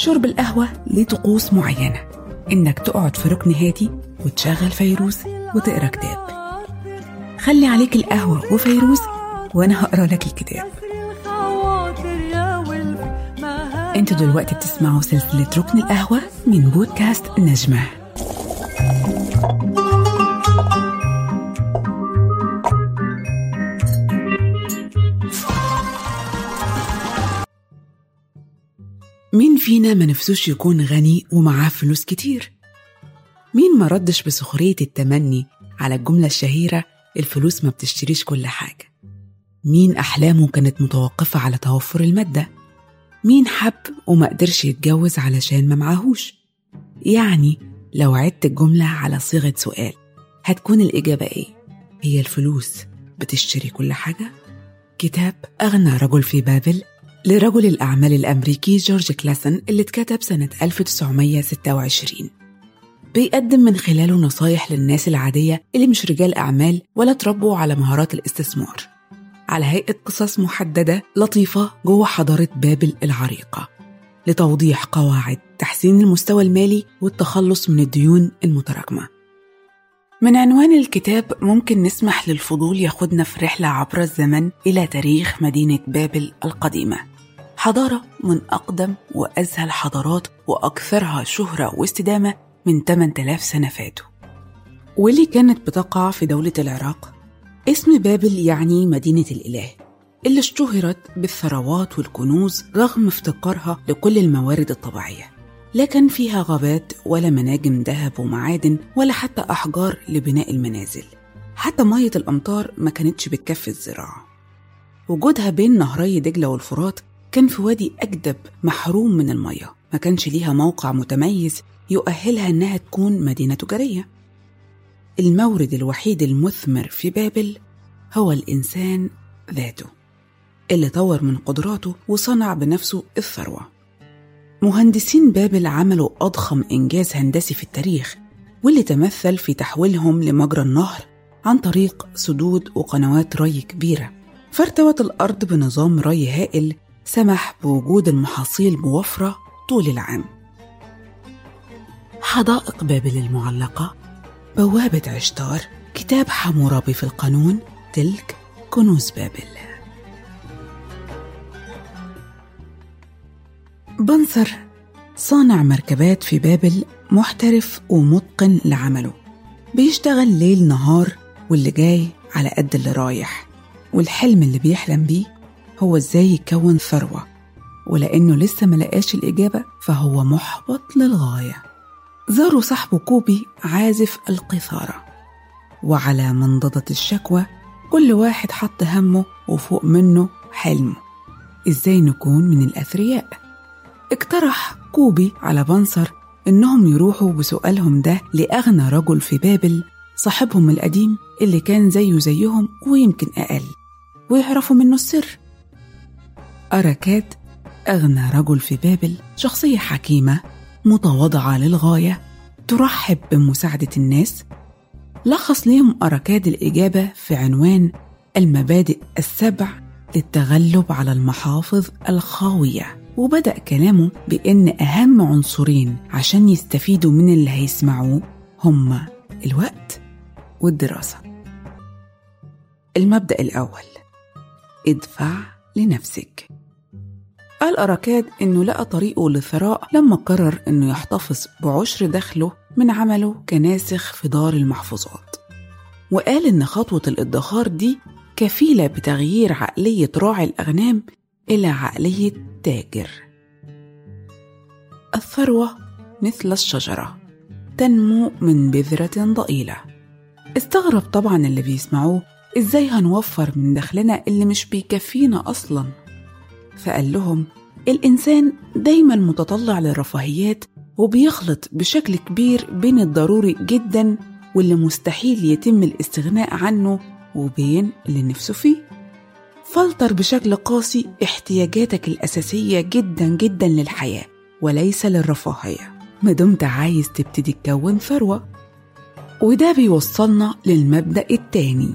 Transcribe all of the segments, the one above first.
شرب القهوة ليه طقوس معينة، إنك تقعد في ركن هادي وتشغل فيروز وتقرأ كتاب. خلي عليك القهوة وفيروز وأنا هقرأ لك الكتاب. انتوا دلوقتي بتسمعوا سلسلة ركن القهوة من بودكاست نجمة. مين فينا ما نفسوش يكون غني ومعاه فلوس كتير؟ مين ما ردش بسخرية التمني على الجملة الشهيرة الفلوس ما بتشتريش كل حاجة؟ مين أحلامه كانت متوقفة على توفر المادة؟ مين حب وما قدرش يتجوز علشان ما معاهوش؟ يعني لو عدت الجملة على صيغة سؤال هتكون الإجابة إيه؟ هي الفلوس بتشتري كل حاجة؟ كتاب أغنى رجل في بابل لرجل الأعمال الأمريكي جورج كلاسن اللي اتكتب سنة 1926 بيقدم من خلاله نصايح للناس العادية اللي مش رجال أعمال ولا تربوا على مهارات الاستثمار، على هيئة قصص محددة لطيفة جوه حضارة بابل العريقة، لتوضيح قواعد تحسين المستوى المالي والتخلص من الديون المتراكمة. من عنوان الكتاب ممكن نسمح للفضول ياخدنا في رحلة عبر الزمن إلى تاريخ مدينة بابل القديمة، حضارة من أقدم وأزهى الحضارات وأكثرها شهرة واستدامة من 8000 سنة فاتوا، واللي كانت بتقع في دولة العراق. اسم بابل يعني مدينة الإله، اللي اشتهرت بالثروات والكنوز رغم افتقارها لكل الموارد الطبيعية. لا كان فيها غابات ولا مناجم ذهب ومعادن ولا حتى أحجار لبناء المنازل، حتى مية الأمطار ما كانتش بتكفي الزراعة. وجودها بين نهري دجلة والفرات كان في وادي أجدب محروم من المية، ما كانش ليها موقع متميز يؤهلها إنها تكون مدينة تجارية. المورد الوحيد المثمر في بابل هو الإنسان ذاته، اللي طور من قدراته وصنع بنفسه الثروة. مهندسين بابل عملوا أضخم إنجاز هندسي في التاريخ، واللي تمثل في تحويلهم لمجرى النهر عن طريق سدود وقنوات ري كبيرة. فارتوت الأرض بنظام ري هائل سمح بوجود المحاصيل بوفرة طول العام. حدائق بابل المعلقة، بوابة عشتار، كتاب حمورابي في القانون، تلك كنوز بابل. بنصر صانع مركبات في بابل، محترف ومتقن لعمله، بيشتغل ليل نهار، واللي جاي على قد اللي رايح، والحلم اللي بيحلم بيه هو ازاي يكون ثروة، ولأنه لسه ملقاش الإجابة فهو محبط للغاية. زاروا صاحبه كوبي عازف القيثارة، وعلى منضدة الشكوى كل واحد حط همه وفوق منه حلمه، ازاي نكون من الأثرياء. اقترح كوبي على بنصر إنهم يروحوا بسؤالهم ده لأغنى رجل في بابل، صاحبهم القديم اللي كان زيهم ويمكن أقل، ويعرفوا منه السر. أراكاد أغنى رجل في بابل شخصية حكيمة متواضعة للغاية، ترحب بمساعدة الناس. لخص ليهم أراكاد الإجابة في عنوان المبادئ السبع للتغلب على المحافظ الخاوية، وبدأ كلامه بأن أهم عنصرين عشان يستفيدوا من اللي هيسمعوه هما الوقت والدراسة. المبدأ الأول، ادفع لنفسك. قال أراكاد إنه لقى طريقه للثراء لما قرر إنه يحتفظ بعشر دخله من عمله كناسخ في دار المحفوظات، وقال إن خطوة الادخار دي كفيلة بتغيير عقلية راعي الأغنام إلى عقلية تاجر. الثروة مثل الشجرة تنمو من بذرة ضئيلة. استغرب طبعا اللي بيسمعوه، إزاي هنوفر من دخلنا اللي مش بيكفينا أصلا؟ فقال لهم الإنسان دايما متطلع للرفاهيات، وبيخلط بشكل كبير بين الضروري جدا واللي مستحيل يتم الاستغناء عنه وبين اللي نفسه فيه. فلتر بشكل قاسي احتياجاتك الأساسية جدا جدا للحياة وليس للرفاهية ما دمت عايز تبتدي تكون ثروة. وده بيوصلنا للمبدأ التاني،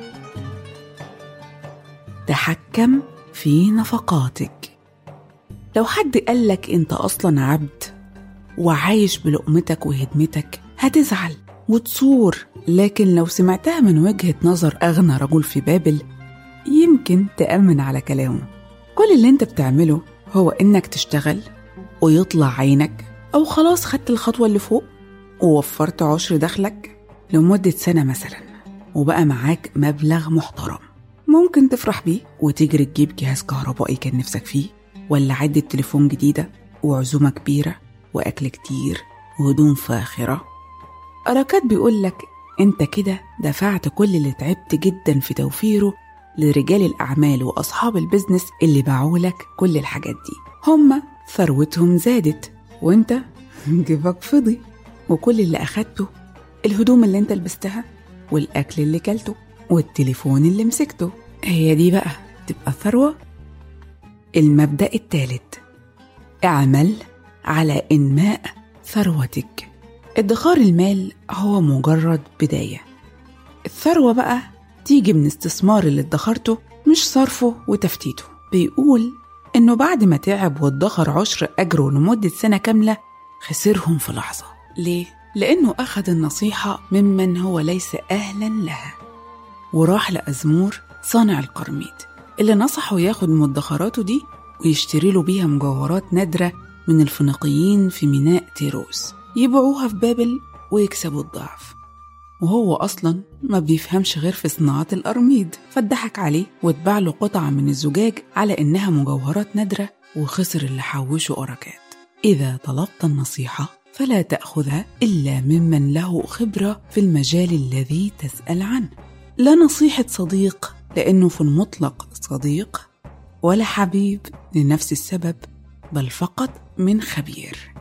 تحكم في نفقاتك. لو حد قالك انت اصلا عبد وعايش بلقمتك وهدمتك هتزعل وتصور، لكن لو سمعتها من وجهة نظر أغنى رجل في بابل يمكن تأمن على كلامه. كل اللي انت بتعمله هو انك تشتغل ويطلع عينك، او خلاص خدت الخطوة اللي فوق ووفرت عشر دخلك لمدة سنة مثلا، وبقى معاك مبلغ محترم ممكن تفرح بيه وتجري تجيب جهاز كهربائي كان نفسك فيه، ولا عدة تليفون جديدة وعزومة كبيرة وأكل كتير وهدوم فاخرة. أراكاد بيقولك انت كده دفعت كل اللي تعبت جدا في توفيره لرجال الأعمال وأصحاب البزنس اللي باعولك كل الحاجات دي. هما ثروتهم زادت وانت جيبك فضي، وكل اللي أخدته الهدوم اللي انت لبستها والأكل اللي كلته والتليفون اللي مسكته. هي دي بقى تبقى ثروة؟ المبدأ الثالث: اعمل على إنماء ثروتك. ادخار المال هو مجرد بداية، الثروة بقى تيجي من استثمار اللي ادخرته مش صرفه وتفتيته. بيقول إنه بعد ما تعب وادخر عشر أجره لمدة سنة كاملة خسرهم في لحظة. ليه؟ لأنه أخذ النصيحة ممن هو ليس أهلاً لها، وراح لأزمور صانع القرميد اللي نصحه ياخد مدخراته دي ويشتري له بيها مجوهرات نادرة من الفينيقيين في ميناء تيروس يبيعوها في بابل ويكسبوا الضعف، وهو أصلاً ما بيفهمش غير في صناعة القرميد، فضحك عليه واتباع له قطعة من الزجاج على إنها مجوهرات نادرة وخسر اللي حوشه أراكاد. إذا طلبت النصيحة فلا تأخذها إلا ممن له خبرة في المجال الذي تسأل عنه، لا نصيحة صديق لأنه في المطلق صديق، ولا حبيب لنفس السبب، بل فقط من خبير.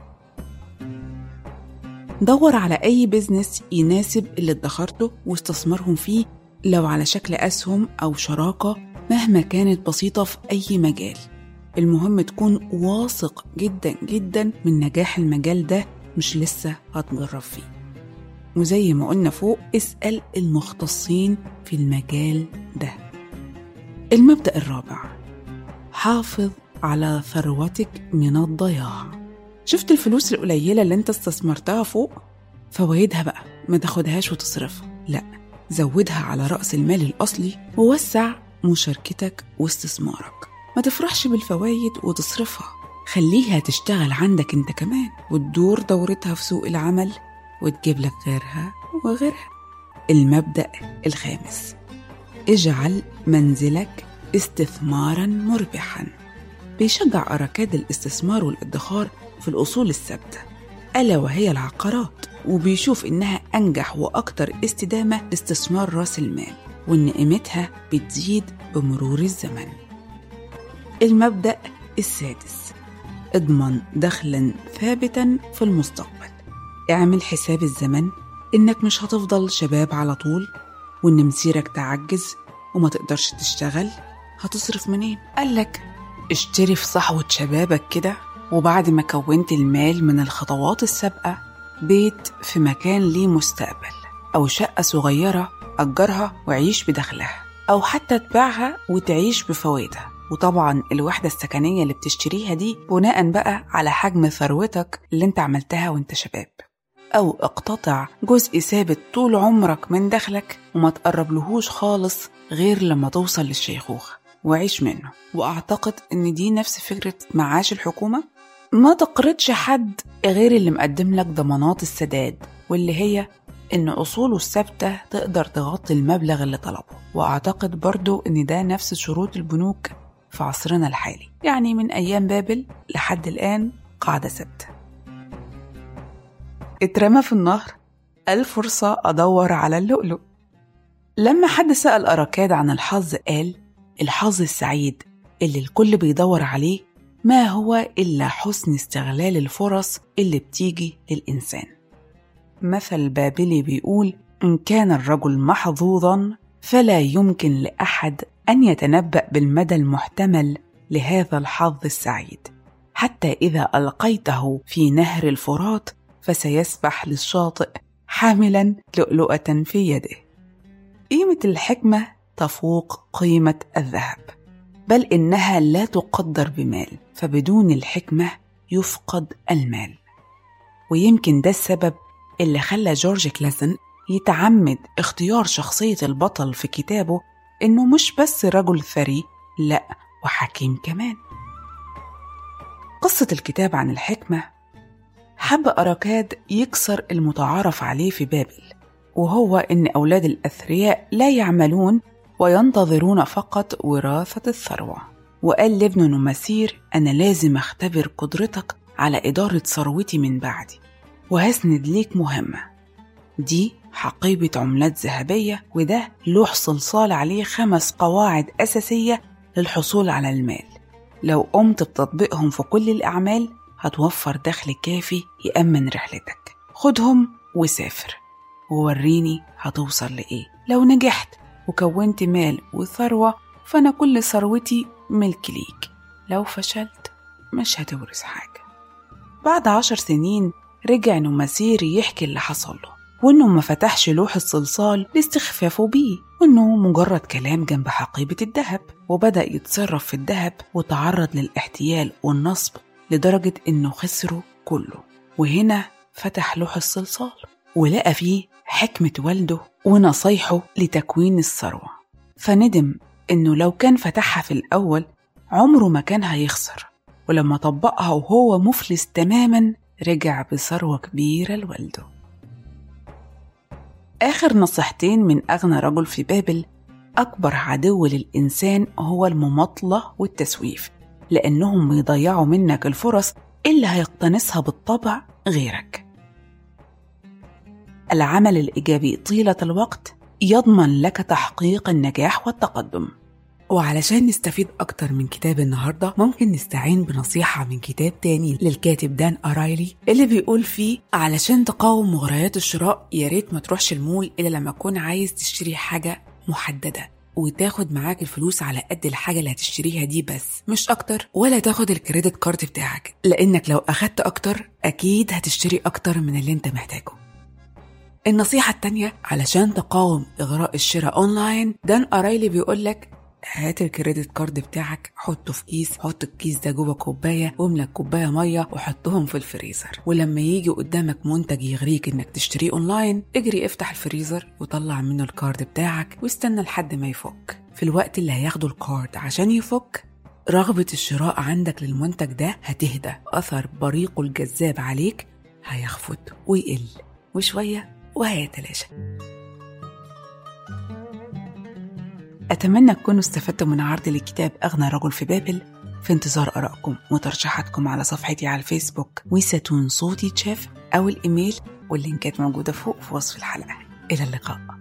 دور على أي بيزنس يناسب اللي ادخرته واستثمرهم فيه، لو على شكل أسهم أو شراكة مهما كانت بسيطة في أي مجال. المهم تكون واثق جدا جدا من نجاح المجال ده، مش لسه هتجرب فيه. وزي ما قلنا فوق، اسأل المختصين في المجال ده. المبدأ الرابع: حافظ على ثروتك من الضياع. شفت الفلوس القليلة اللي انت استثمرتها فوق؟ فوائدها بقى ما تاخدهاش وتصرفها، لا، زودها على رأس المال الأصلي ووسع مشاركتك واستثمارك. ما تفرحش بالفوائد وتصرفها، خليها تشتغل عندك انت كمان وتدور دورتها في سوق العمل وتجيب لك غيرها وغيرها. المبدأ الخامس: اجعل منزلك استثماراً مربحاً. بيشجع أراكاد الاستثمار والادخار في الأصول الثابتة ألا وهي العقارات، وبيشوف إنها أنجح وأكتر استدامة لاستثمار رأس المال، وإن قيمتها بتزيد بمرور الزمن. المبدأ السادس: اضمن دخلاً ثابتاً في المستقبل. اعمل حساب الزمن إنك مش هتفضل شباب على طول، وإن مسيرك تعجز وما تقدرش تشتغل. هتصرف منين؟ قالك اشتري في صحوة شبابك كده، وبعد ما كونت المال من الخطوات السابقة بيت في مكان ليه مستقبل، أو شقة صغيرة أجرها وعيش بدخلها، أو حتى تباعها وتعيش بفوائدها. وطبعا الوحدة السكنية اللي بتشتريها دي بناء بقى على حجم ثروتك اللي انت عملتها وانت شباب. أو اقتطع جزء ثابت طول عمرك من دخلك وما تقربلهوش خالص غير لما توصل للشيخوخة وعيش منه. وأعتقد إن دي نفس فكرة معاش الحكومة. ما تقرضش حد غير اللي مقدم لك ضمانات السداد، واللي هي إن أصوله الثابتة تقدر تغطي المبلغ اللي طلبه. وأعتقد برضو إن ده نفس شروط البنوك في عصرنا الحالي، يعني من أيام بابل لحد الآن قاعدة ثابتة. اترمى في النهر الفرصة أدور على اللؤلؤ. لما حد سأل أراكاد عن الحظ قال: الحظ السعيد اللي الكل بيدور عليه ما هو إلا حسن استغلال الفرص اللي بتيجي للإنسان. مثل بابلي بيقول: إن كان الرجل محظوظا فلا يمكن لأحد أن يتنبأ بالمدى المحتمل لهذا الحظ السعيد، حتى إذا ألقيته في نهر الفرات فسيسبح للشاطئ حاملا لؤلؤة في يده. قيمة الحكمة تفوق قيمة الذهب. بل إنها لا تقدر بمال، فبدون الحكمة يفقد المال. ويمكن ده السبب اللي خلى جورج كلاسن يتعمد اختيار شخصية البطل في كتابه إنه مش بس رجل ثري، لأ وحكيم كمان. قصة الكتاب عن الحكمة حب أراكاد يكسر المتعارف عليه في بابل، وهو إن أولاد الأثرياء لا يعملون وينتظرون فقط وراثة الثروة. وقال لابنه نماثير: أنا لازم أختبر قدرتك على إدارة ثروتي من بعدي، وهسند ليك مهمة. دي حقيبة عملات ذهبية، وده لوح صلصال عليه 5 قواعد أساسية للحصول على المال. لو قمت بتطبيقهم في كل الأعمال هتوفر دخل كافي يأمن رحلتك. خدهم وسافر ووريني هتوصل لإيه. لو نجحت وكونت مال وثروة فأنا كل ثروتي ملك ليك، لو فشلت مش هتورث حاجة. بعد 10 سنين رجع نماثير يحكي اللي حصل له، وإنه ما فتحش لوح الصلصال لاستخفافه بيه، وإنه مجرد كلام جنب حقيبة الذهب، وبدأ يتصرف في الذهب وتعرض للاحتيال والنصب لدرجة إنه خسره كله. وهنا فتح لوح الصلصال ولقى فيه حكمة والده ونصايحه لتكوين الثروة، فندم إنه لو كان فتحها في الأول عمره ما كان هيخسر. ولما طبقها وهو مفلس تماما رجع بثروة كبيرة لوالده. آخر نصيحتين من أغنى رجل في بابل: أكبر عدو للإنسان هو المماطلة والتسويف، لأنهم بيضيعوا منك الفرص اللي هيقتنصها بالطبع غيرك. العمل الإيجابي طيلة الوقت يضمن لك تحقيق النجاح والتقدم. وعلشان نستفيد أكتر من كتاب النهاردة ممكن نستعين بنصيحة من كتاب تاني للكاتب دان أرايلي اللي بيقول فيه: علشان تقاوم مغريات الشراء ياريت ما تروحش المول إلا لما تكون عايز تشتري حاجة محددة، وتاخد معاك الفلوس على قد الحاجة اللي هتشتريها دي بس، مش أكتر، ولا تاخد الكريدت كارد بتاعك، لأنك لو أخدت أكتر أكيد هتشتري أكتر من اللي انت محتاجه. النصيحة التانية: علشان تقاوم إغراء الشراء أونلاين، دان أرايلي بيقولك: هات الكريدت كارد بتاعك، حطه في كيس، حط الكيس ده جوه كوباية واملى كوباية مية وحطهم في الفريزر، ولما يجي قدامك منتج يغريك انك تشتريه اونلاين اجري افتح الفريزر وطلع منه الكارد بتاعك واستنى لحد ما يفك. في الوقت اللي هياخده الكارد عشان يفك رغبة الشراء عندك للمنتج ده هتهدى، أثر بريقه الجذاب عليك هيخفت ويقل وشوية وهيتلاشى. أتمنى تكونوا استفدتوا من عرض لكتاب أغنى رجل في بابل. في انتظار آرائكم وترشيحاتكم على صفحتي على الفيسبوك وستون صوتي تشيف، أو الإيميل، واللينكات موجودة فوق في وصف الحلقة. إلى اللقاء.